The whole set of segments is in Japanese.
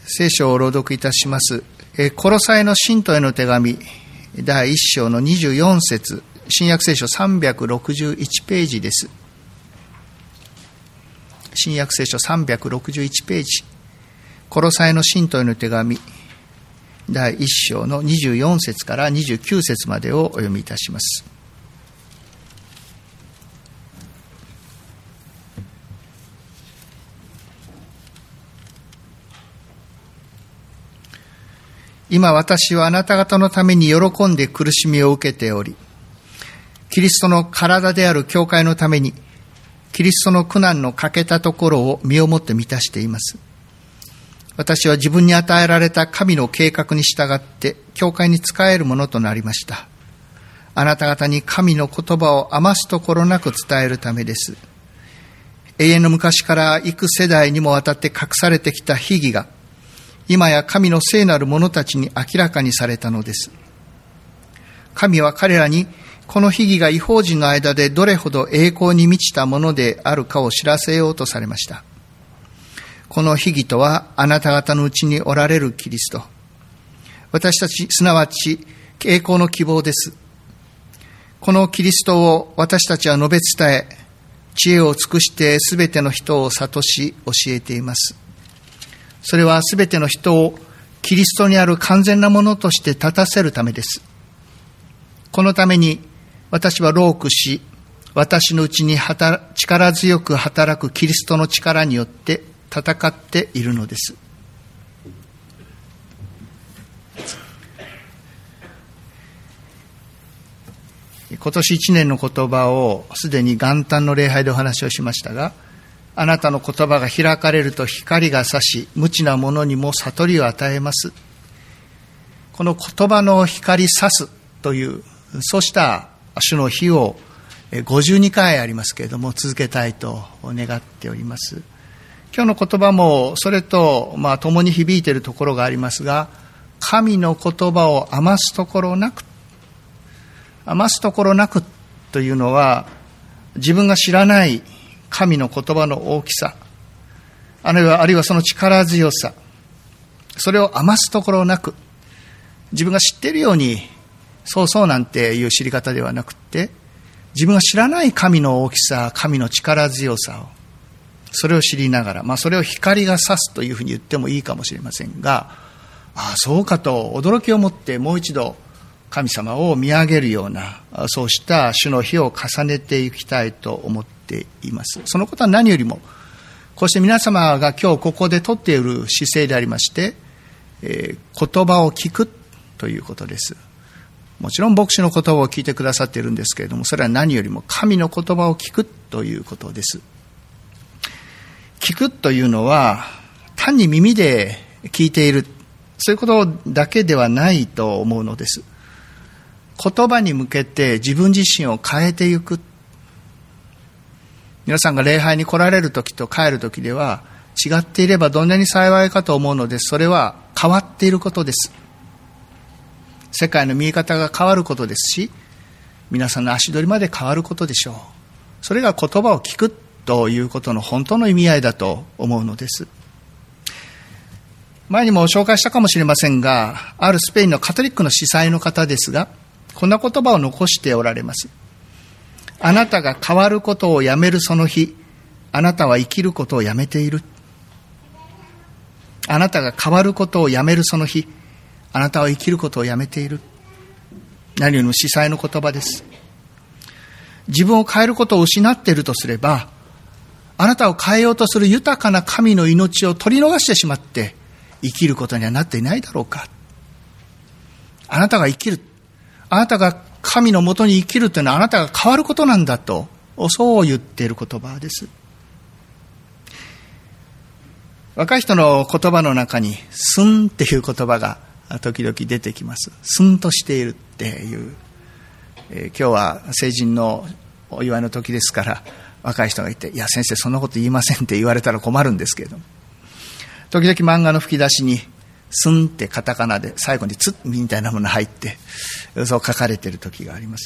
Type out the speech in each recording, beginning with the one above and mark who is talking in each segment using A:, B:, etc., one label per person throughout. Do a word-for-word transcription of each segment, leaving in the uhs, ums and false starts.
A: 聖書を朗読いたします。コロサイの信徒への手紙だいいっ章のにじゅうよん節、新約聖書さんびゃくろくじゅういちページです。新約聖書さんびゃくろくじゅういちページ、コロサイの信徒への手紙だいいっ章のにじゅうよん節からにじゅうきゅう節までをお読みいたします。今私はあなた方のために喜んで苦しみを受けており、キリストの体である教会のためにキリストの苦難の欠けたところを身をもって満たしています。私は自分に与えられた神の計画に従って教会に仕えるものとなりました。あなた方に神の言葉を余すところなく伝えるためです。永遠の昔から幾世代にもわたって隠されてきた秘義が今や神の聖なる者たちに明らかにされたのです。神は彼らにこの秘義が異邦人の間でどれほど栄光に満ちたものであるかを知らせようとされました。この秘義とはあなた方のうちにおられるキリスト、私たちすなわち栄光の希望です。このキリストを私たちは述べ伝え、知恵を尽くしてすべての人を諭し教えています。それはすべての人をキリストにある完全なものとして立たせるためです。このために私は労苦し、私のうちに働力強く働くキリストの力によって戦っているのです。今年一年の言葉をすでに元旦の礼拝でお話をしましたが、あなたの言葉が開かれると光が差し、無知な者にも悟りを与えます。この言葉の光差すという、そうした主の日をごじゅうにかいありますけれども、続けたいと願っております。今日の言葉もそれとまあ共に響いているところがありますが、神の言葉を余すところなく、余すところなくというのは、自分が知らない神の言葉の大きさ、あるいは、あるいはその力強さ、それを余すところなく、自分が知っているようにそうそうなんていう知り方ではなくて、自分が知らない神の大きさ、神の力強さを、それを知りながら、まあそれを光が差すというふうに言ってもいいかもしれませんが、ああそうかと驚きを持ってもう一度神様を見上げるような、そうした主の日を重ねていきたいと思っています。そのことは何よりも、こうして皆様が今日ここでとっている姿勢でありまして、えー、言葉を聞くということです。もちろん牧師の言葉を聞いてくださっているんですけれども、それは何よりも神の言葉を聞くということです。聞くというのは単に耳で聞いている、そういうことだけではないと思うのです。言葉に向けて自分自身を変えていく。皆さんが礼拝に来られるときと帰るときでは違っていればどんなに幸いかと思うのです。それは変わっていることです。世界の見え方が変わることですし、皆さんの足取りまで変わることでしょう。それが言葉を聞くということの本当の意味合いだと思うのです。前にも紹介したかもしれませんが、あるスペインのカトリックの司祭の方ですが、こんな言葉を残しておられます。あなたが変わることをやめるその日、あなたは生きることをやめている。あなたが変わることをやめるその日、あなたは生きることをやめている。何よりも司祭の言葉です。自分を変えることを失っているとすれば、あなたを変えようとする豊かな神の命を取り逃してしまって生きることにはなっていないだろうか。あなたが生きる、あなたが神のもとに生きるというのはあなたが変わることなんだと、そう言っている言葉です。若い人の言葉の中にスンっていう言葉が時々出てきます。スンとしているっていう、えー、今日は成人のお祝いの時ですから、若い人がいて、いや先生そんなこと言いませんって言われたら困るんですけれども、時々漫画の吹き出しにスンってカタカナで最後にツッみたいなものが入ってそう書かれている時があります。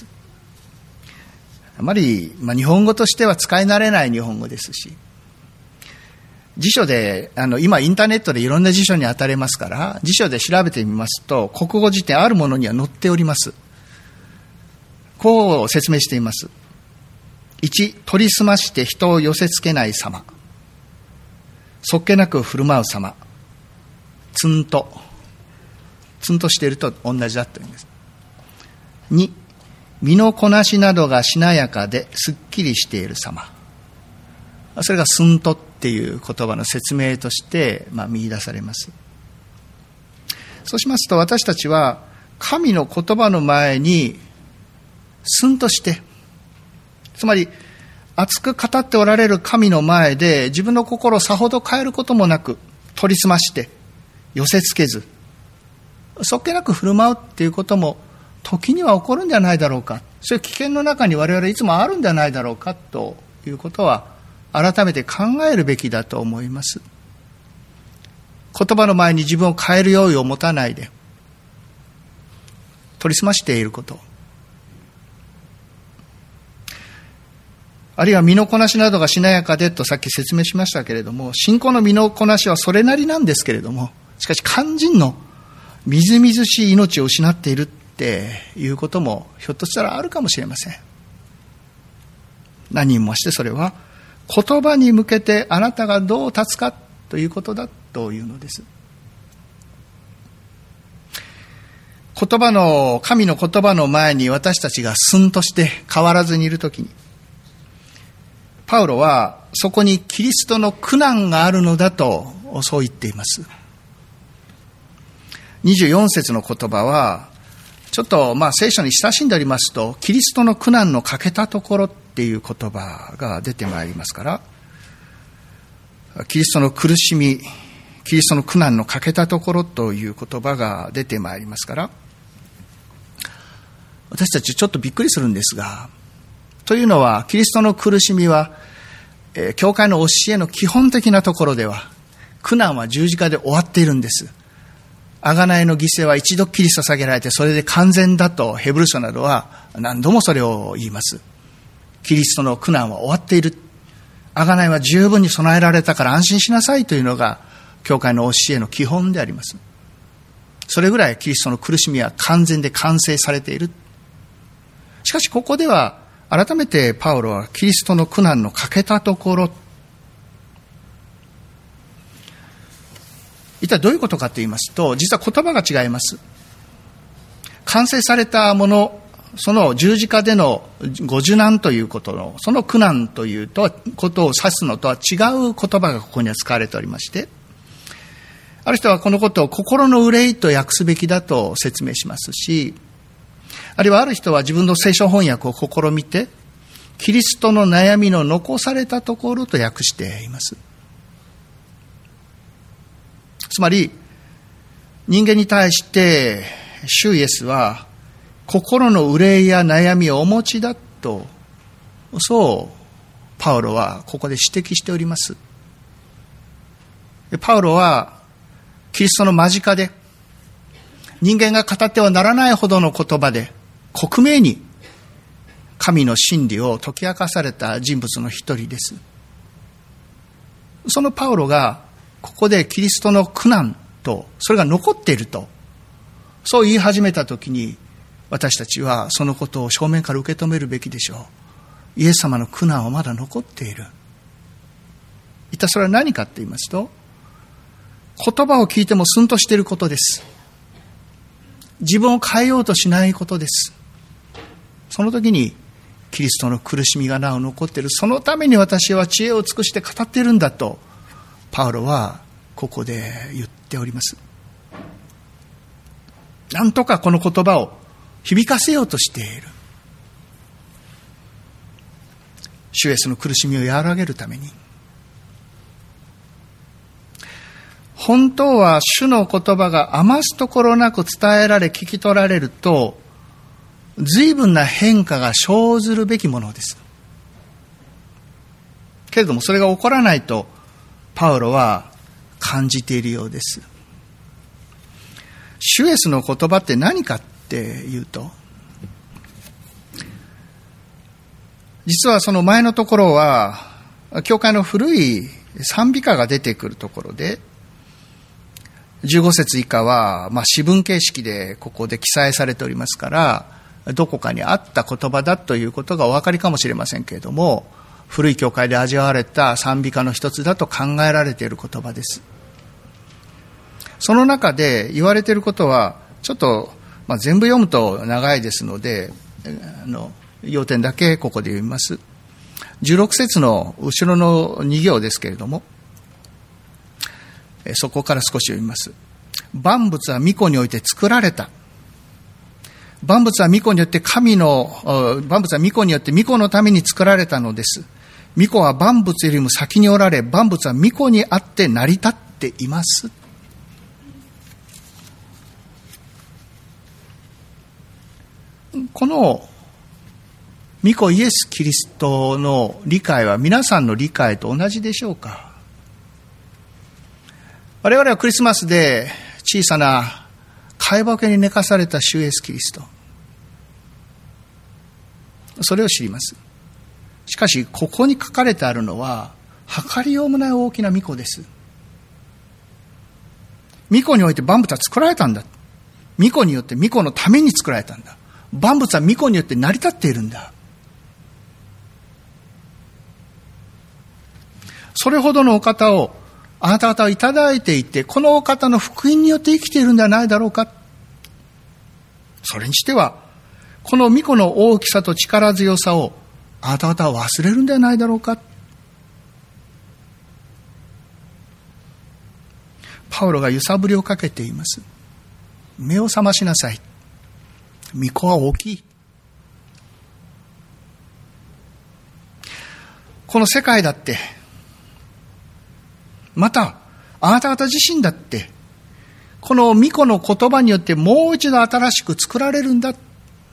A: あまり、まあ、日本語としては使い慣れない日本語ですし、 辞書で、あの、今インターネットでいろんな辞書に当たれますから、辞書で調べてみますと、国語辞典あるものには載っております。こう説明しています。いち、取り澄まして人を寄せつけない様。そっけなく振る舞う様。ツンと。ツンとしていると同じだというんです。に、身のこなしなどがしなやかですっきりしている様。それがスンとっていう言葉の説明として、まあ、見出されます。そうしますと私たちは神の言葉の前にスンとして、つまり熱く語っておられる神の前で自分の心をさほど変えることもなく、取り澄まして寄せつけず、そっけなく振る舞うっていうことも時には起こるんじゃないだろうか、そういう危険の中に我々いつもあるんじゃないだろうかということは改めて考えるべきだと思います。言葉の前に自分を変える用意を持たないで取り澄ましていること、あるいは身のこなしなどがしなやかでとさっき説明しましたけれども、信仰の身のこなしはそれなりなんですけれども、しかし肝心のみずみずしい命を失っているっていうこともひょっとしたらあるかもしれません。何人もしてそれは言葉に向けてあなたがどう立つかということだというのです。言葉の、神の言葉の前に私たちがスンとして変わらずにいるときに、パウロはそこにキリストの苦難があるのだとそう言っています。にじゅうよん節の言葉はちょっとまあ聖書に親しんでおりますと、キリストの苦難の欠けたところっていう言葉が出てまいりますから、キリストの苦しみ、キリストの苦難の欠けたところという言葉が出てまいりますから、私たちちょっとびっくりするんですが、というのはキリストの苦しみは、えー、教会の教えの基本的なところでは苦難は十字架で終わっているんです。贖いの犠牲は一度きり捧げられてそれで完全だとヘブル書などは何度もそれを言います。キリストの苦難は終わっている、贖いは十分に備えられたから安心しなさいというのが教会の教えの基本であります。それぐらいキリストの苦しみは完全で完成されている。しかしここでは改めてパウロはキリストの苦難の欠けたところ、一体どういうことかと言いますと、実は言葉が違います。完成されたもの、その十字架でのご受難ということの、その苦難というとことを指すのとは違う言葉がここには使われておりまして、ある人はこのことを心の憂いと訳すべきだと説明しますし、あるいはある人は自分の聖書翻訳を試みて、キリストの悩みの残されたところと訳しています。つまり人間に対して主イエスは心の憂いや悩みをお持ちだと、そうパウロはここで指摘しております。パウロはキリストの間近で人間が語ってはならないほどの言葉で克明に神の真理を解き明かされた人物の一人です。そのパウロがここでキリストの苦難とそれが残っているとそう言い始めたときに、私たちはそのことを正面から受け止めるべきでしょう。イエス様の苦難はまだ残っている。一体それは何かと言いますと、言葉を聞いてもスンとしていることです。自分を変えようとしないことです。その時にキリストの苦しみがなお残っている。そのために私は知恵を尽くして語っているんだとパウロはここで言っております。なんとかこの言葉を響かせようとしている。主イエスの苦しみを和らげるために。本当は主の言葉が余すところなく伝えられ聞き取られると、随分な変化が生ずるべきものです。けれどもそれが起こらないとパウロは感じているようです。主イエスの言葉って何かっていうと、実はその前のところは教会の古い賛美歌が出てくるところで、じゅうご節以下は、まあ、詩文形式でここで記載されておりますから、どこかにあった言葉だということがお分かりかもしれませんけれども、古い教会で味わわれた賛美歌の一つだと考えられている言葉です。その中で言われていることは、ちょっと、まあ、全部読むと長いですので、あの要点だけここで読みます。じゅうろく節の後ろのに行ですけれども、そこから少し読みます。万物は御子において作られた。万物は御子によって神の、万物は御子によって御子のために作られたのです。御子は万物よりも先におられ、万物は御子にあって成り立っています。この御子イエス・キリストの理解は皆さんの理解と同じでしょうか。我々はクリスマスで小さな貝箱に寝かされた主イエス・キリスト、それを知ります。しかしここに書かれてあるのは計りようもない大きな御子です。御子において万物は作られたんだ。御子によって御子のために作られたんだ。万物は御子によって成り立っているんだ。それほどのお方をあなた方はいただいていて、このお方の福音によって生きているんではないだろうか。それにしてはこの御子の大きさと力強さをあなた方は忘れるんではないだろうか。パウロが揺さぶりをかけています。目を覚ましなさい。御子は大きい。この世界だって、またあなた方自身だって、この御子の言葉によってもう一度新しく作られるんだ。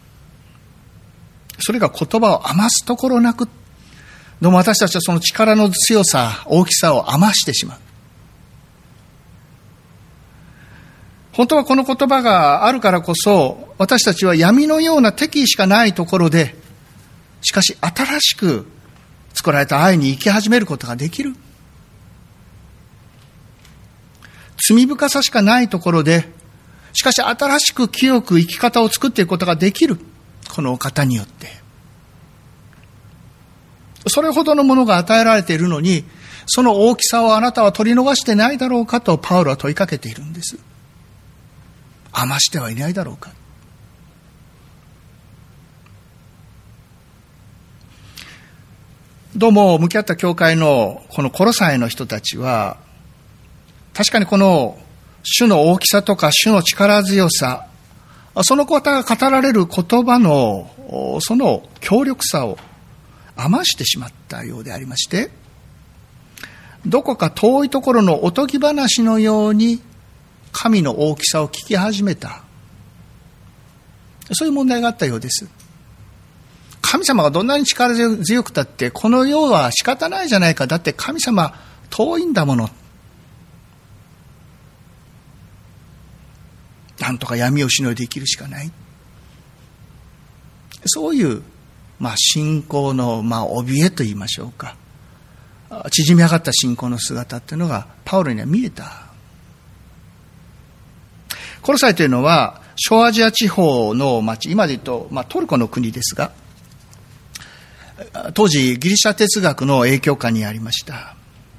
A: それが言葉を余すところなく、でも私たちはその力の強さ、大きさを余してしまう。本当はこの言葉があるからこそ、私たちは闇のような敵意しかないところで、しかし新しく作られた愛に生き始めることができる。罪深さしかないところで、しかし新しく清く生き方を作っていくことができる。このお方によって。それほどのものが与えられているのに、その大きさをあなたは取り逃してないだろうかとパウロは問いかけているんです。余してはいないだろうか。どうも向き合った教会のこのコロサイの人たちは、確かにこの主の大きさとか主の力強さ、その方が語られる言葉のその強力さを余してしまったようでありまして、どこか遠いところのおとぎ話のように神の大きさを聞き始めた。そういう問題があったようです。神様がどんなに力強くたってこの世は仕方ないじゃないか。だって神様遠いんだもの。なんとか闇をしのいで生きるしかない。そういう、まあ、信仰の、まあ、怯えと言いましょうか。縮み上がった信仰の姿っていうのがパウロには見えた。コロサイというのは小アジア地方の町、今で言うと、まあ、トルコの国ですが、当時ギリシャ哲学の影響下にありました。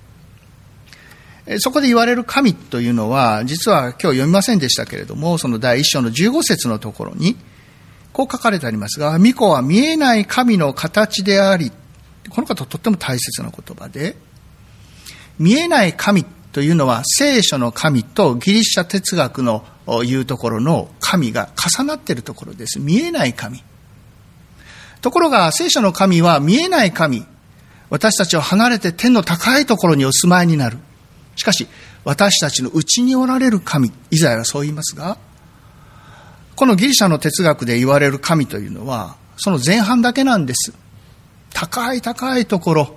A: そこで言われる神というのは、実は今日読みませんでしたけれども、その第一章のじゅうご節のところにこう書かれてありますが、御子は見えない神の形であり、この方とっても大切な言葉で、見えない神というのは聖書の神とギリシャ哲学のいうところの神が重なっているところです。見えない神。ところが聖書の神は見えない神、私たちを離れて天の高いところにお住まいになる。しかし私たちの内におられる神、イザヤはそう言いますが、このギリシャの哲学で言われる神というのはその前半だけなんです。高い高いところ、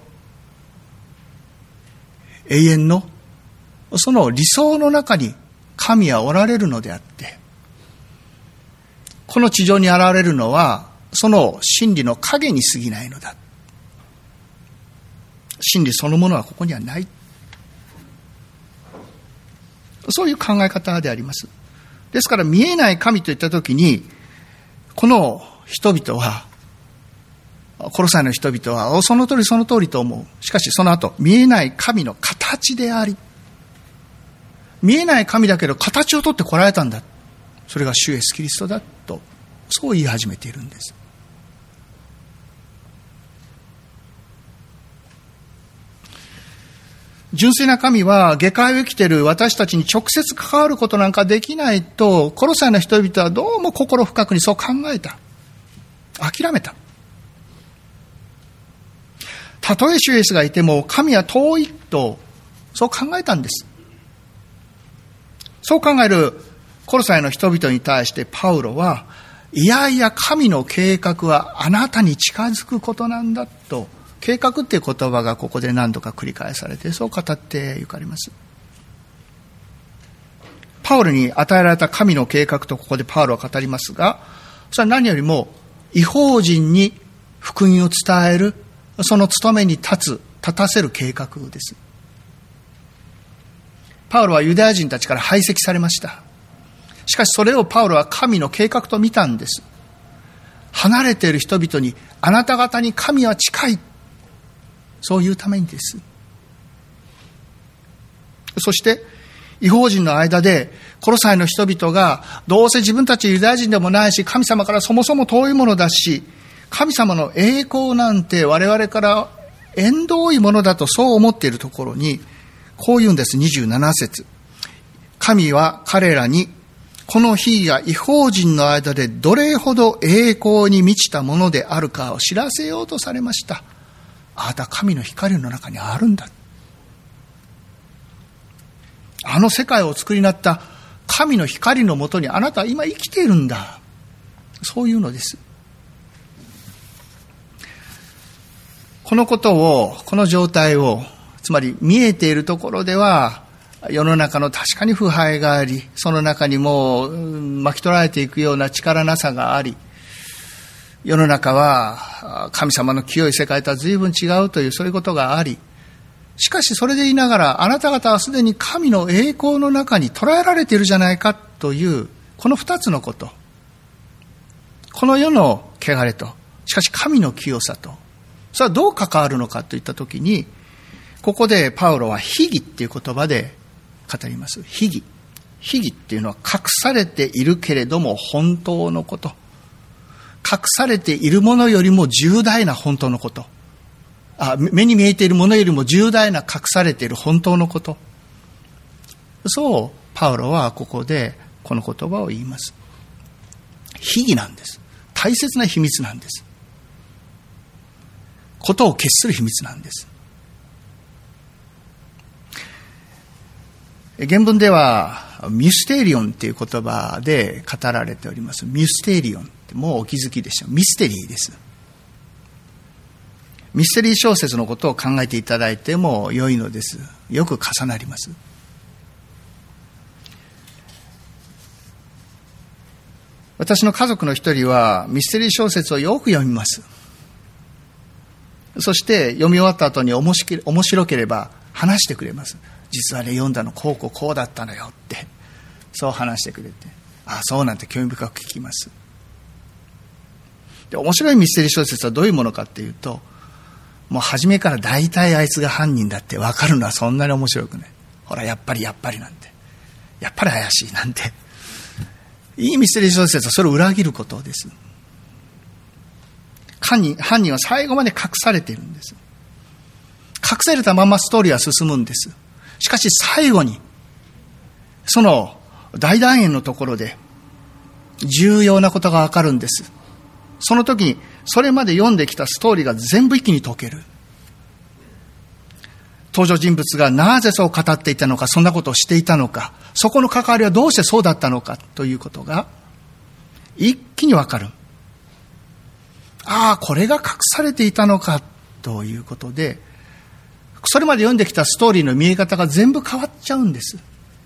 A: 永遠のその理想の中に神はおられるのであって、この地上に現れるのはその真理の影に過ぎないのだ。真理そのものはここにはない。 そういう考え方であります。ですから見えない神といったときに、この人々は、コロサイの人々はその通りその通りと思う。しかしその後、見えない神の形であり、見えない神だけど形をとって来られたんだ、それが主イエスキリストだと、そう言い始めているんです。純粋な神は下界を生きている私たちに直接関わることなんかできないと、コロサイの人々はどうも心深くにそう考えた。諦めた。たとえ主イエスがいても神は遠いと、そう考えたんです。そう考えるコロサイの人々に対してパウロは、いやいや神の計画はあなたに近づくことなんだと、計画っていう言葉がここで何度か繰り返されて、そう語ってゆかります。パウロに与えられた神の計画とここでパウロは語りますが、それは何よりも異邦人に福音を伝える、その務めに立つ、立たせる計画です。パウロはユダヤ人たちから排斥されました。しかしそれをパウロは神の計画と見たんです。離れている人々に、あなた方に神は近い、そういうためにです。そして異邦人の間でコロサイの人々が、どうせ自分たちユダヤ人でもないし、神様からそもそも遠いものだし、神様の栄光なんて我々から縁遠いものだとそう思っているところに、こう言うんです。にじゅうなな節、神は彼らに、この日が異邦人の間でどれほど栄光に満ちたものであるかを知らせようとされました。あなた神の光の中にあるんだ。あの世界を作りになった神の光のもとにあなたは今生きているんだ。そういうのです。このことを、この状態を、つまり見えているところでは世の中の確かに腐敗があり、その中にも巻き取られていくような力なさがあり、世の中は神様の清い世界とは随分違うという、そういうことがあり、しかしそれで言いながら、あなた方はすでに神の栄光の中に捉えられているじゃないかという、この二つのこと、この世の汚れと、しかし神の清さと、それはどう関わるのかといったときに、ここでパウロは秘儀っていう言葉で語ります。秘儀。秘儀っていうのは隠されているけれども本当のこと。隠されているものよりも重大な本当のこと。あ、目に見えているものよりも重大な隠されている本当のこと。そう、パウロはここでこの言葉を言います。秘儀なんです。大切な秘密なんです。ことを決する秘密なんです。原文ではミステリオンという言葉で語られております。ミステリオンってもうお気づきでしょう。ミステリーです。ミステリー小説のことを考えていただいても良いのです。よく重なります。私の家族の一人はミステリー小説をよく読みます。そして読み終わった後に面白ければ話してくれます。実はね、読んだのこうこうこうだったのよってそう話してくれて、ああそうなんて興味深く聞きます。で、面白いミステリー小説はどういうものかっていうと、もう初めから大体あいつが犯人だって分かるのはそんなに面白くない。ほらやっぱりやっぱりなんて、やっぱり怪しいなんて、いいミステリー小説はそれを裏切ることです。犯人、犯人は最後まで隠されているんです。隠されたままストーリーは進むんです。しかし最後にその大団円のところで重要なことがわかるんです。その時にそれまで読んできたストーリーが全部一気に解ける。登場人物がなぜそう語っていたのか、そんなことをしていたのか、そこの関わりはどうしてそうだったのかということが一気にわかる。ああ、これが隠されていたのかということで、それまで読んできたストーリーの見え方が全部変わっちゃうんです。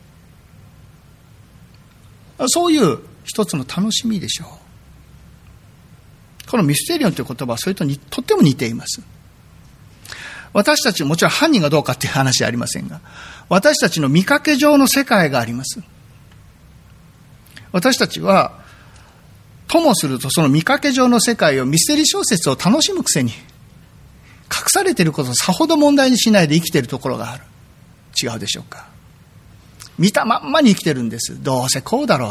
A: そういう一つの楽しみでしょう。このミステリオンという言葉はそれとにとっても似ています。私たちもちろん犯人がどうかっていう話はありませんが、 私たちの見かけ上の世界があります。私たちはともするとその見かけ上の世界をミステリー小説を楽しむくせに、隠されていることをさほど問題にしないで生きているところがある。違うでしょうか。見たまんまに生きてるんです。どうせこうだろうって。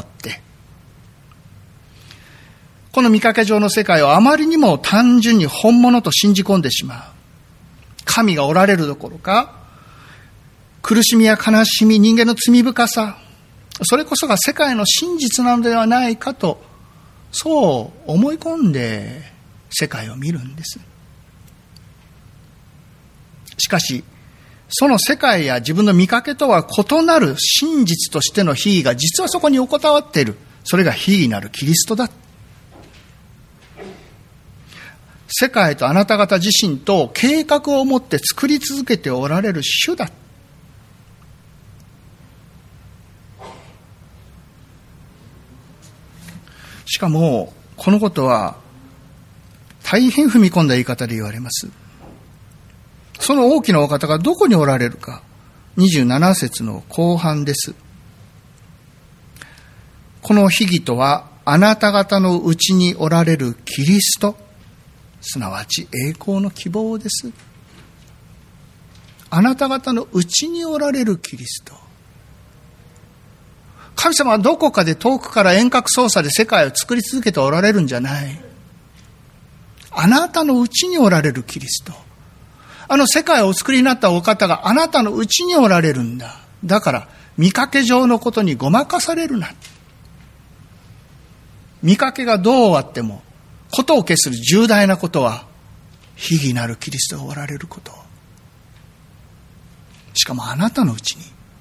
A: この見かけ上の世界をあまりにも単純に本物と信じ込んでしまう。神がおられるどころか、苦しみや悲しみ、人間の罪深さ、それこそが世界の真実なのではないかと、そう思い込んで世界を見るんです。しかし、その世界や自分の見かけとは異なる真実としての非義が実はそこに横たわっている。それが非義なるキリストだ。世界とあなた方自身と計画を持って作り続けておられる主だ。しかもこのことは大変踏み込んだ言い方で言われます。その大きなお方がどこにおられるか、にじゅうなな節の後半です。この秘義とはあなた方のうちにおられるキリスト、すなわち栄光の希望です。あなた方のうちにおられるキリスト。神様はどこかで遠くから遠隔操作で世界を作り続けておられるんじゃない。あなたのうちにおられるキリスト。あの世界をお作りになったお方があなたのうちにおられるんだ。だから見かけ上のことにごまかされるな。見かけがどうあってもことを消する重大なことは秘義なるキリストがおられること。しかもあなたのうちに。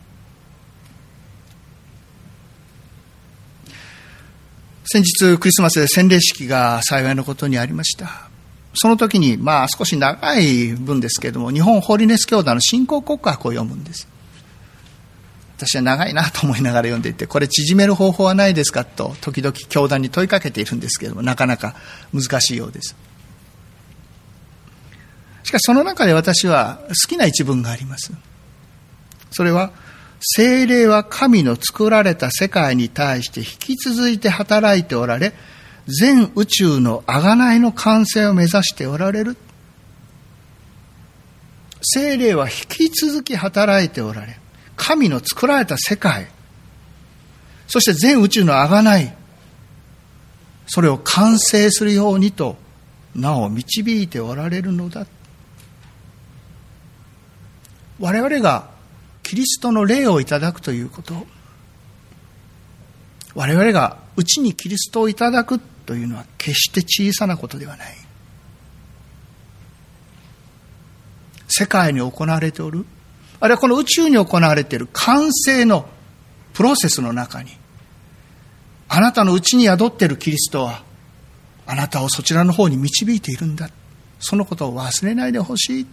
A: 先日クリスマスで洗礼式が幸いなことにありました。その時にまあ少し長い文ですけれども、日本ホーリネス教団の信仰告白を読むんです。私は長いなと思いながら読んでいて、これ縮める方法はないですかと時々教団に問いかけているんですけれども、なかなか難しいようです。しかしその中で私は好きな一文があります。それは、聖霊は神の作られた世界に対して引き続いて働いておられ、全宇宙の贖いの完成を目指しておられる。聖霊は引き続き働いておられ、神の作られた世界、そして全宇宙の贖い、それを完成するようにとなお導いておられるのだ。我々がキリストの霊をいただくということ、我々がうちにキリストをいただくというのは決して小さなことではない。世界に行われておる、あるいはこの宇宙に行われている完成のプロセスの中に、あなたのうちに宿っているキリストはあなたをそちらの方に導いているんだ。そのことを忘れないでほしい。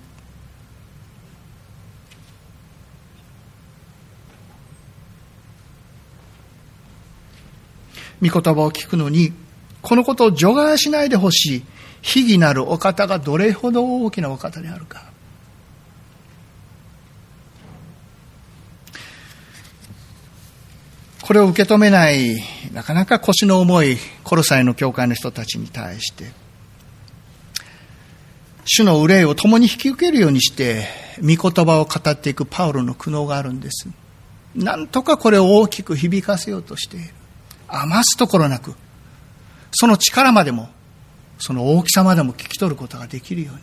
A: 御言葉を聞くのにこのことを除外しないでほしい秘義なるお方がどれほど大きなお方であるか。これを受け止めないなかなか腰の重いコロサイの教会の人たちに対して、主の憂いを共に引き受けるようにして御言葉を語っていくパウロの苦悩があるんです。なんとかこれを大きく響かせようとしている。余すところなく、その力までもその大きさまでも聞き取ることができるように。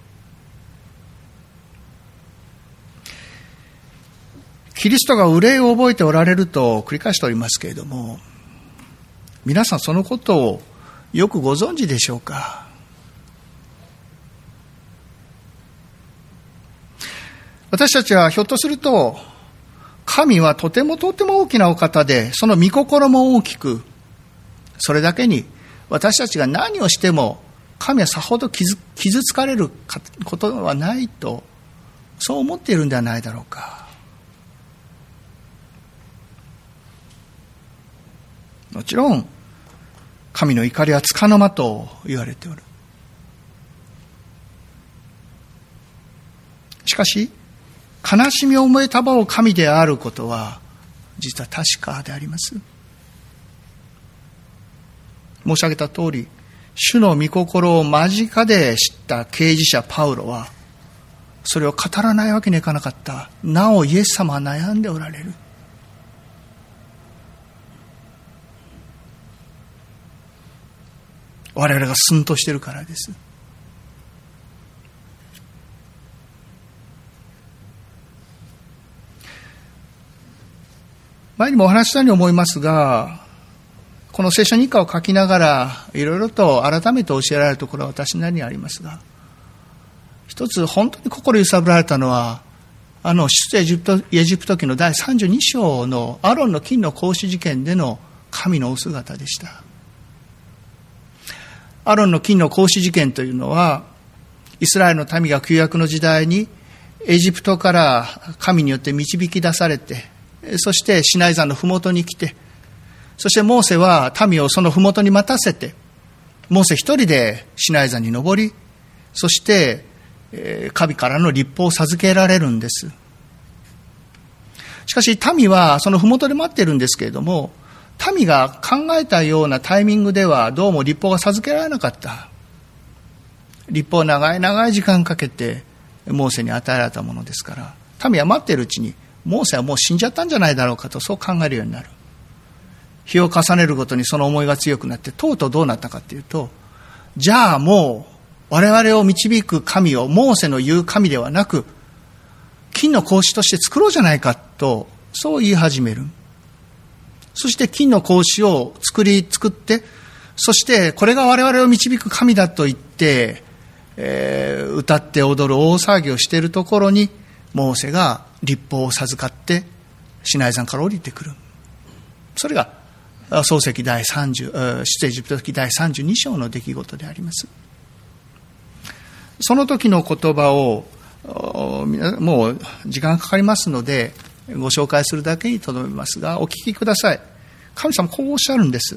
A: キリストが憂いを覚えておられると繰り返しておりますけれども、皆さんそのことをよくご存知でしょうか。私たちはひょっとすると、神はとてもとても大きなお方で、その御心も大きく、それだけに私たちが何をしても神はさほど 傷, 傷つかれることはないと、そう思っているんではないだろうか。もちろん神の怒りはつかの間と言われておる。しかし悲しみを思いたばう神であることは実は確かであります。申し上げた通り、主の御心を間近で知った刑事者パウロはそれを語らないわけにいかなかった。なおイエス様は悩んでおられる。我々が寸としているからです。前にもお話したように思いますが、この聖書日課を書きながらいろいろと改めて教えられるところは私なりにありますが、一つ本当に心揺さぶられたのは、あの出エジプトエジプト記のだいさんじゅうに章のアロンの金の格子事件での神のお姿でした。アロンの金の格子事件というのは、イスラエルの民が旧約の時代にエジプトから神によって導き出されて、そしてシナイ山のふもとに来て、そしてモーセは民をそのふもとに待たせて、モーセ一人でシナイ山に登り、そして神からの律法を授けられるんです。しかし民はそのふもとで待っているんですけれども、民が考えたようなタイミングではどうも律法が授けられなかった。律法を長い長い時間かけてモーセに与えられたものですから、民は待っているうちにモーセはもう死んじゃったんじゃないだろうかと、そう考えるようになる。日を重ねるごとにその思いが強くなって、とうとうどうなったかというと、じゃあもう我々を導く神をモーセの言う神ではなく、金の格子として作ろうじゃないかと、そう言い始める。そして金の格子を作り作って、そしてこれが我々を導く神だと言って、えー、歌って踊る大騒ぎをしているところに、モーセが律法を授かってシナイ山から降りてくる。それが創世記第さんじゅう、出エジプト記第さんじゅうに章の出来事であります。その時の言葉をもう時間がかかりますのでご紹介するだけにとどめますが、お聞きください。神様こうおっしゃるんです。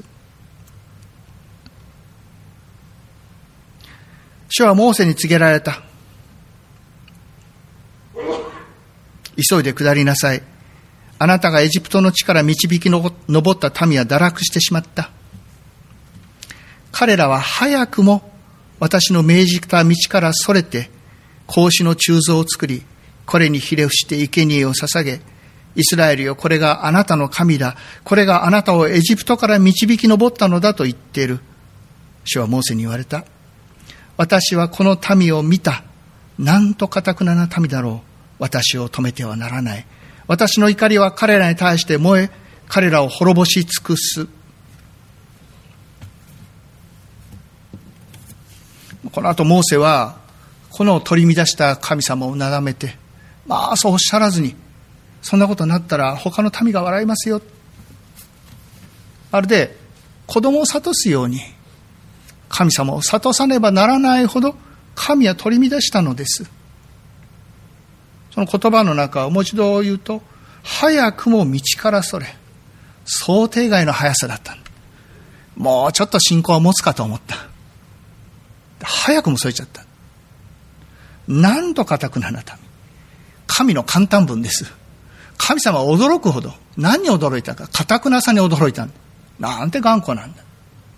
A: 主はモーセに告げられた。急いで下りなさい。あなたがエジプトの地から導き上った民は堕落してしまった。彼らは早くも私の命じた道からそれて、格子の鋳造を作り、これにひれ伏して生贄を捧げ、イスラエルよ、これがあなたの神だ。これがあなたをエジプトから導き上ったのだと言っている。主はモーセに言われた。私はこの民を見た。なんと堅くなな民だろう。私を止めてはならない。私の怒りは彼らに対して燃え、彼らを滅ぼし尽くす。この後モーセはこの取り乱した神様をなだめて、まあそうおっしゃらずに、そんなことになったら他の民が笑いますよ。まるで子供を諭すように神様を諭さねばならないほど神は取り乱したのです。その言葉の中をもう一度言うと、早くも道からそれ、想定外の速さだった。もうちょっと信仰を持つかと思った。早くもそれちゃった。なんと堅くなな民。神の簡単文です。神様は驚くほど、何に驚いたか、堅くなさに驚いた。なんて頑固なんだ。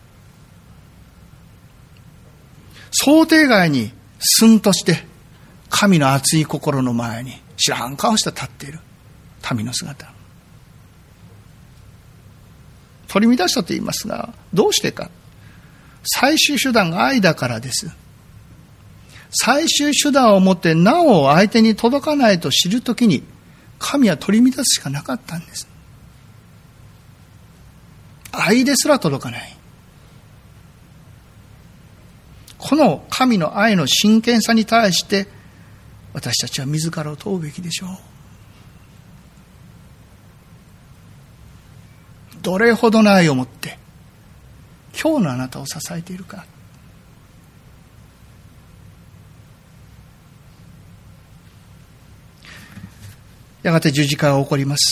A: 想定外に寸として神の熱い心の前に知らん顔して立っている民の姿。取り乱したと言いますが、どうしてか。最終手段が愛だからです。最終手段をもってなお相手に届かないと知るときに、神は取り乱すしかなかったんです。愛ですら届かない。この神の愛の真剣さに対して私たちは自らを問うべきでしょう。どれほどの愛を持って今日のあなたを支えているか。やがて十字架が起こります。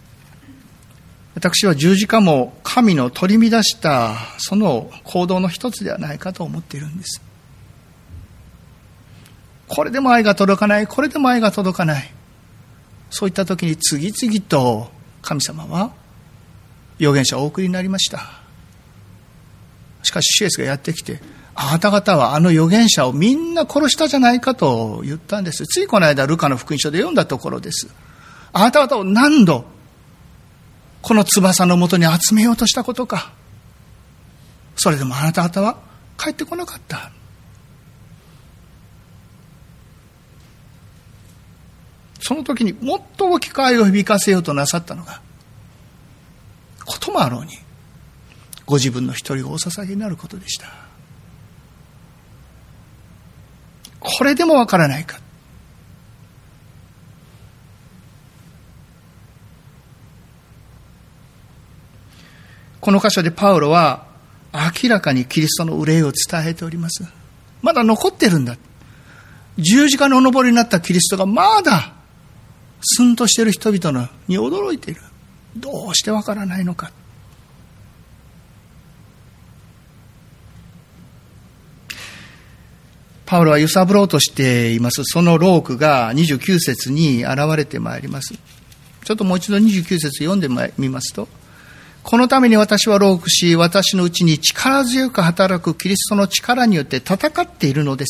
A: 私は十字架も神の取り乱したその行動の一つではないかと思っているんです。これでも愛が届かない、これでも愛が届かない。 そういった時に次々と神様は預言者をお送りになりました。しかし主イエスがやってきて、あなた方はあの預言者をみんな殺したじゃないかと言ったんです。ついこの間ルカの福音書で読んだところです。あなた方を何度この翼のもとに集めようとしたことか。それでもあなた方は帰ってこなかった。その時にもっと大きく愛を響かせようとなさったのが、こともあろうにご自分の一人をお捧げになることでした。これでもわからないか。この箇所でパウロは明らかにキリストの憂いを伝えております。まだ残ってるんだ。十字架のお登りになったキリストがまだ寸としている人々のに驚いている。どうしてわからないのか。パウロは揺さぶろうとしています。その労苦がにじゅうきゅう節に現れてまいります。ちょっともう一度にじゅうきゅう節読んでみますと、このために私は労苦し、私のうちに力強く働くキリストの力によって戦っているのです。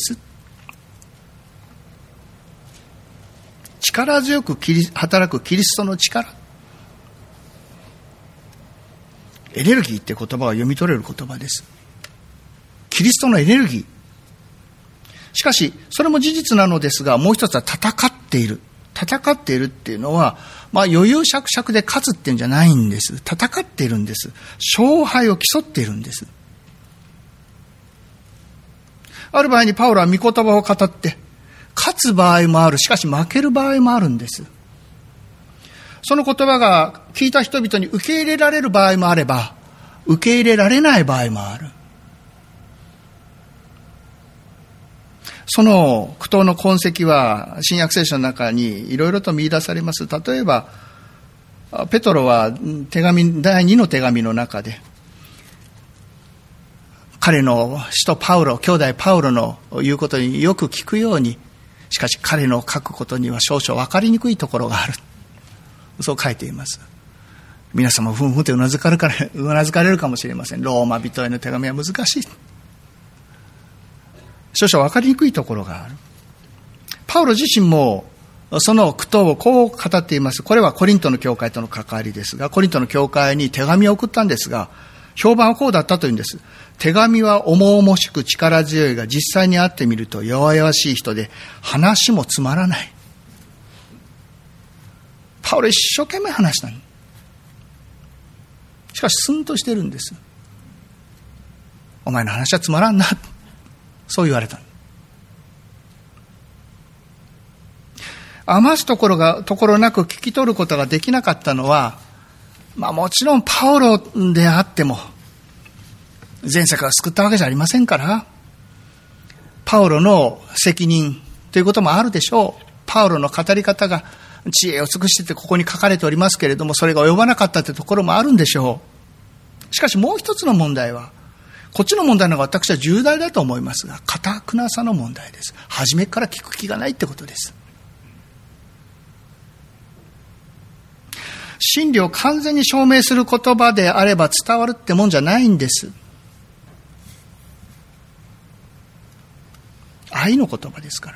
A: 力強く働くキリストの力。エネルギーって言葉は読み取れる言葉です。キリストのエネルギー。しかし、それも事実なのですが、もう一つは戦っている。戦っているっていうのは、まあ余裕しゃくしゃくで勝つっていうんじゃないんです。戦っているんです。勝敗を競っているんです。ある場合にパウロは御言葉を語って、勝つ場合もある。しかし負ける場合もあるんです。その言葉が聞いた人々に受け入れられる場合もあれば、受け入れられない場合もある。その苦闘の痕跡は新約聖書の中にいろいろと見出されます。例えばペトロは手紙だいにの手紙の中で、彼の使徒パウロ、兄弟パウロの言うことによく聞くように、しかし彼の書くことには少々分かりにくいところがある、そう書いています。皆様ふんふんとうなずかれるかうなずかれるかもしれません。ローマ人への手紙は難しい、少々分かりにくいところがある。パウロ自身もその苦闘をこう語っています。これはコリントの教会との関わりですが、コリントの教会に手紙を送ったんですが、評判はこうだったというんです。手紙は重々しく力強いが、実際に会ってみると弱々しい人で、話もつまらない。パウロ一生懸命話したの。しかしスンとしてるんです。お前の話はつまらんな、そう言われた。余すところがところなく聞き取ることができなかったのは、まあもちろんパウロであっても全世界を救ったわけじゃありませんから、パウロの責任ということもあるでしょう。パウロの語り方が知恵を尽くしててここに書かれておりますけれども、それが及ばなかったというところもあるんでしょう。しかしもう一つの問題は、こっちの問題の方が私は重大だと思いますが、堅くなさの問題です。初めから聞く気がないってことです。真理を完全に証明する言葉であれば伝わるってもんじゃないんです。愛の言葉ですから。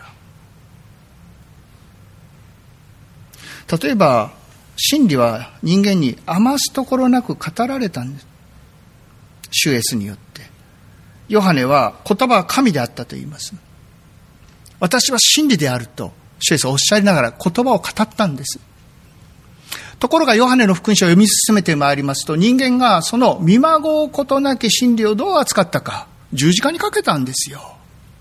A: 例えば真理は人間に余すところなく語られたんです。主イエスによって。ヨハネは言葉は神であったと言います。私は真理であると主イエスはおっしゃりながら言葉を語ったんです。ところがヨハネの福音書を読み進めてまいりますと、人間がその見まごうことなき真理をどう扱ったか、十字架にかけたんですよ。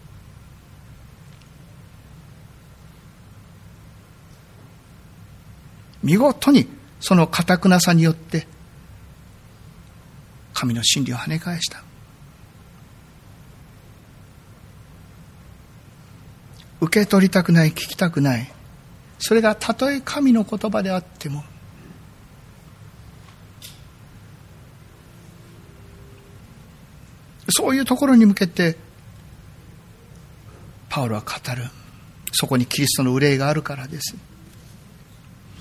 A: 見事にその堅くなさによって神の真理を跳ね返した。受け取りたくない、聞きたくない、それがたとえ神の言葉であっても、そういうところに向けてパウロは語る。そこにキリストの憂いがあるからです。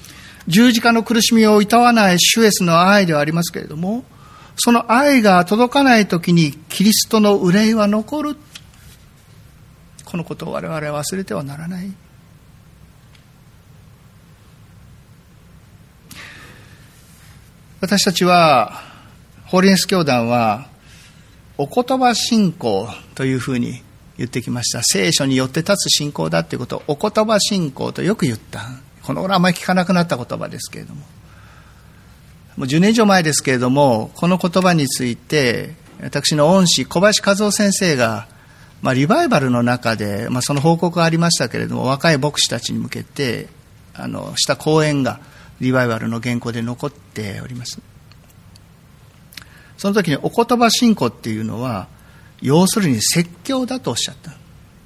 A: 十字架の苦しみをいたわない主イエスの愛ではありますけれども、その愛が届かないときにキリストの憂いは残る。このことを我々は忘れてはならない。私たちは、ホーリネス教団は、お言葉信仰というふうに言ってきました。聖書によって立つ信仰だということをお言葉信仰とよく言った。この頃あまり聞かなくなった言葉ですけれども。もうじゅうねん以上前ですけれども、この言葉について、私の恩師、小林和夫先生が、まあ、リバイバルの中で、まあ、その報告がありましたけれども、若い牧師たちに向けて、あの、した講演が、リバイバルの原稿で残っております。その時にお言葉信仰っていうのは、要するに説教だとおっしゃった。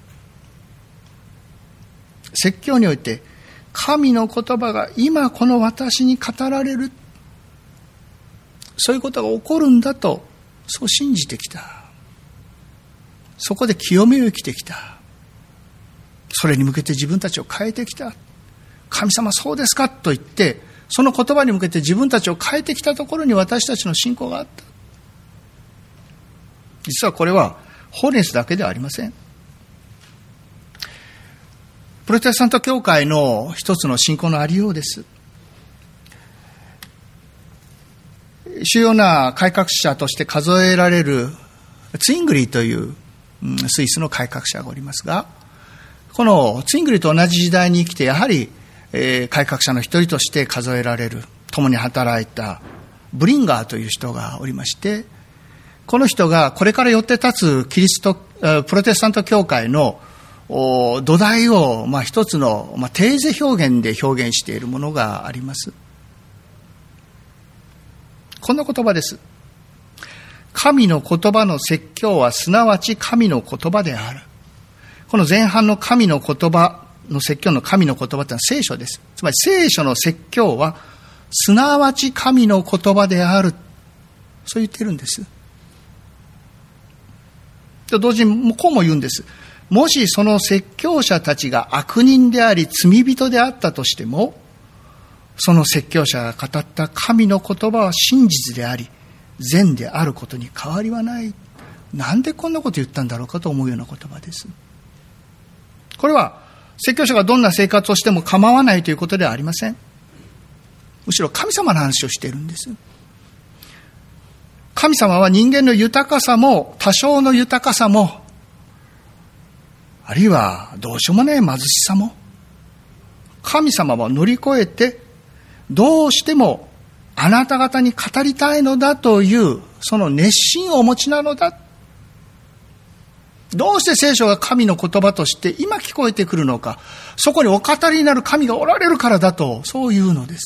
A: 説教において、神の言葉が今この私に語られる。そういうことが起こるんだと、そう信じてきた。そこで清めを生きてきた。それに向けて自分たちを変えてきた。神様そうですかと言って、その言葉に向けて自分たちを変えてきたところに私たちの信仰があった。実はこれはホーリネスだけではありません。プロテスタント教会の一つの信仰のありようです。主要な改革者として数えられるツイングリーというスイスの改革者がおりますが、このツイングリーと同じ時代に生きてやはり改革者の一人として数えられる、共に働いたブリンガーという人がおりまして、この人がこれからよって立つキリスト、プロテスタント教会の土台を、まあ、一つの、まあ、テーゼ表現で表現しているものがあります。こんな言葉です。神の言葉の説教はすなわち神の言葉である。この前半の神の言葉の説教の神の言葉というのは聖書です。つまり聖書の説教はすなわち神の言葉である。そう言っているんです。と同時にこうも言うんです。もしその説教者たちが悪人であり罪人であったとしても、その説教者が語った神の言葉は真実であり善であることに変わりはない。なんでこんなこと言ったんだろうかと思うような言葉です。これは説教者がどんな生活をしても構わないということではありません。むしろ神様の話をしているんです。神様は人間の豊かさも多少の豊かさも、あるいはどうしようもない貧しさも、神様は乗り越えてどうしてもあなた方に語りたいのだというその熱心をお持ちなのだ。どうして聖書が神の言葉として今聞こえてくるのか、そこにお語りになる神がおられるからだと、そういうのです。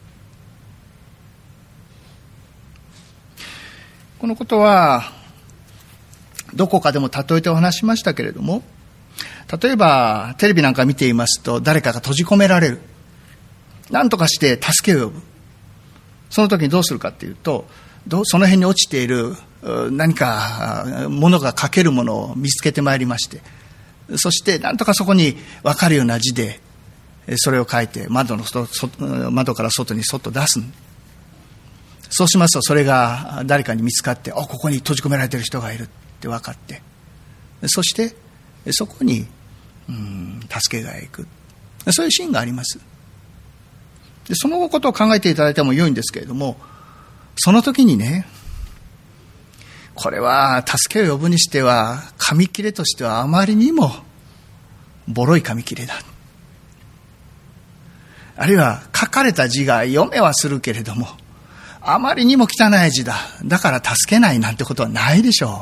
A: このことはどこかでも例えてお話しましたけれども、例えばテレビなんか見ていますと、誰かが閉じ込められる、何とかして助けを呼ぶ。その時にどうするかというと、その辺に落ちている何か物が書けるものを見つけてまいりまして、そして何とかそこに分かるような字でそれを書いて窓の外、窓から外にそっと出す。そうしますとそれが誰かに見つかって、あ、ここに閉じ込められている人がいるって分かって、そしてそこにうん助けが行く、そういうシーンがあります。でそのことを考えていただいても良いんですけれども、その時にね、これは助けを呼ぶにしては紙切れとしてはあまりにもボロい紙切れだ、あるいは書かれた字が読めはするけれどもあまりにも汚い字だ、だから助けないなんてことはないでしょ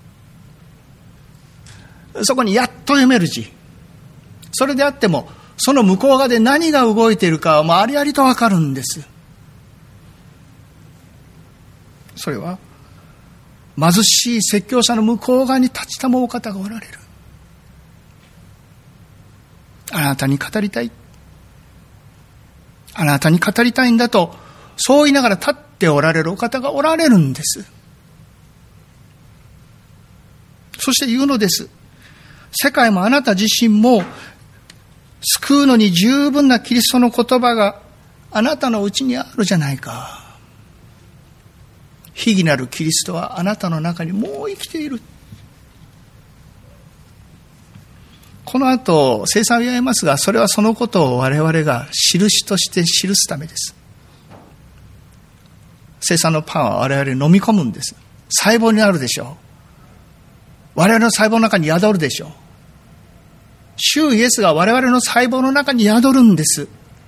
A: う。そこにやっと読める字、それであってもその向こう側で何が動いているかはもうありありとわかるんです。それは貧しい説教者の向こう側に立ちたまう方がおられる。あなたに語りたい、あなたに語りたいんだと、そう言いながら立っておられるお方がおられるんです。そして言うのです。世界もあなた自身も救うのに十分なキリストの言葉があなたのうちにあるじゃないか。秘儀なるキリストはあなたの中にもう生きている。この後聖餐をやりますが、それはそのことを我々が印として記すためです。聖餐のパンは我々飲み込むんです。細胞になるでしょう。我々の細胞の中に宿るでしょう。主イエスが我々の細胞の中に宿るんです。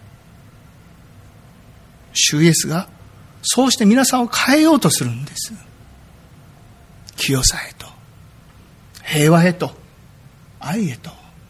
A: 主イエスがそうして皆さんを変えようとするんです。清さへと、平和へと、愛へと。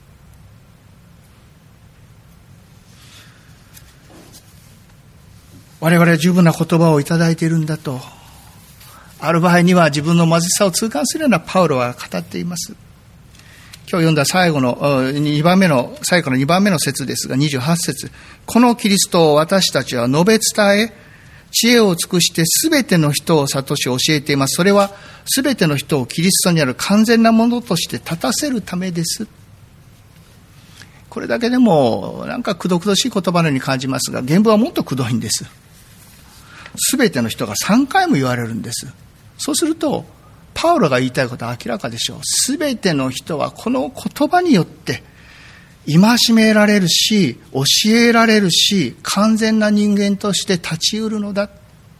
A: 我々は十分な言葉をいただいているんだと、ある場合には自分の貧しさを痛感するようなパウロは語っています。今日読んだ最後のにばんめの最後のにばんめの節ですが、にじゅうはち節、このキリストを私たちは述べ伝え、知恵を尽くしてすべての人を諭し教えています。それはすべての人をキリストにある完全なものとして立たせるためです。これだけでもなんかくどくどしい言葉のように感じますが、原文はもっとくどいんです。すべての人がさんかいも言われるんです。そうするとパウロが言いたいことは明らかでしょう。すべての人はこの言葉によって戒められるし、教えられるし、完全な人間として立ち得るのだ。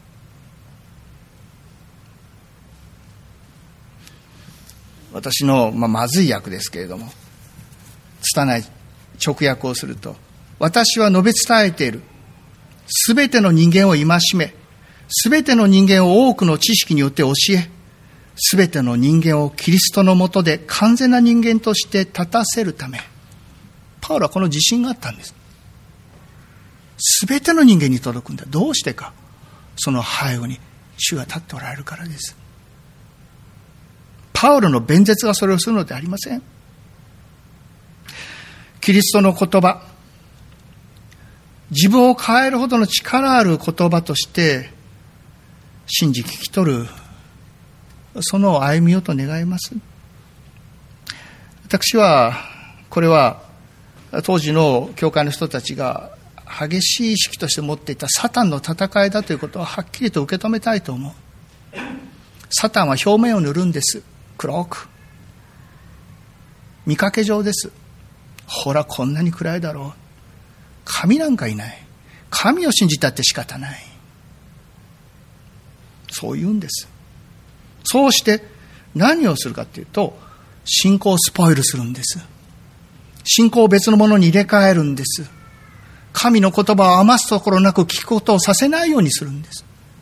A: 私の、まあ、まずい訳ですけれども、拙い直訳をすると、私は述べ伝えている。すべての人間を戒め、すべての人間を多くの知識によって教え、すべての人間をキリストの下で完全な人間として立たせるため、パウロはこの自信があったんです。すべての人間に届くんだ。どうしてか。その背後に主が立っておられるからです。パウロの弁舌がそれをするのではありません。キリストの言葉、自分を変えるほどの力ある言葉として信じ聞き取る、その歩みをと願います。私はこれは当時の教会の人たちが激しい意識として持っていたサタンの戦いだということをはっきりと受け止めたいと思う。サタンは表面を塗るんです。黒く見かけ上です。ほらこんなに暗いだろう、神なんかいない、神を信じたって仕方ない、そう言うんです。そうして何をするかというと、信仰をスポイルするんです。信仰を別のものに入れ替えるんです。神の言葉を余すところなく聞くことをさせないようにするんです。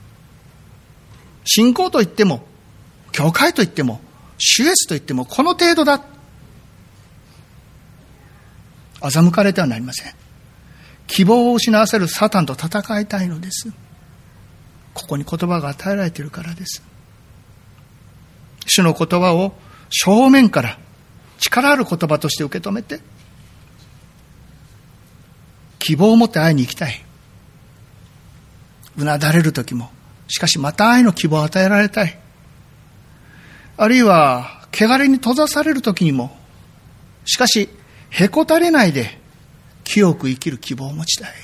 A: 信仰といっても、教会といっても、主イエスといってもこの程度だ。欺かれてはなりません。希望を失わせるサタンと戦いたいのです。ここに言葉が与えられているからです。主の言葉を正面から力ある言葉として受け止めて、希望を持って会いに行きたい。うなだれる時も、しかしまた愛の希望を与えられたい。あるいは汚れに閉ざされる時にも、しかしへこたれないで清く生きる希望を持ちたい。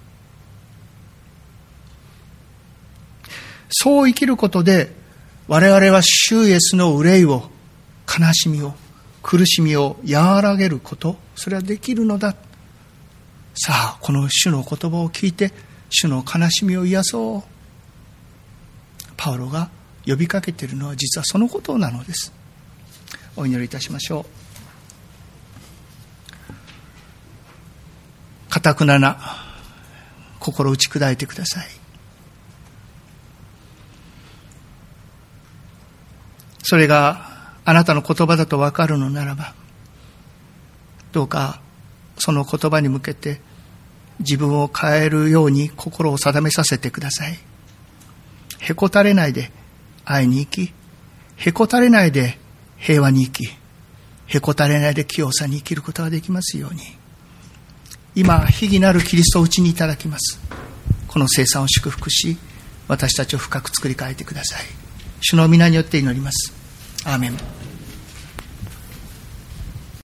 A: そう生きることで、我々は主イエスの憂いを、悲しみを、苦しみを和らげること、それはできるのだ。さあ、この主の言葉を聞いて、主の悲しみを癒そう。パウロが呼びかけているのは実はそのことなのです。お祈りいたしましょう。かたくなな心打ち砕いてください。それがあなたの言葉だと分かるのならば、どうかその言葉に向けて自分を変えるように心を定めさせてください。へこたれないで愛に生き、へこたれないで平和に生き、へこたれないで清さに生きることができますように、今秘儀なるキリストをうちにいただきます。この聖餐を祝福し、私たちを深く作り変えてください。主の皆によって祈ります。アーメン。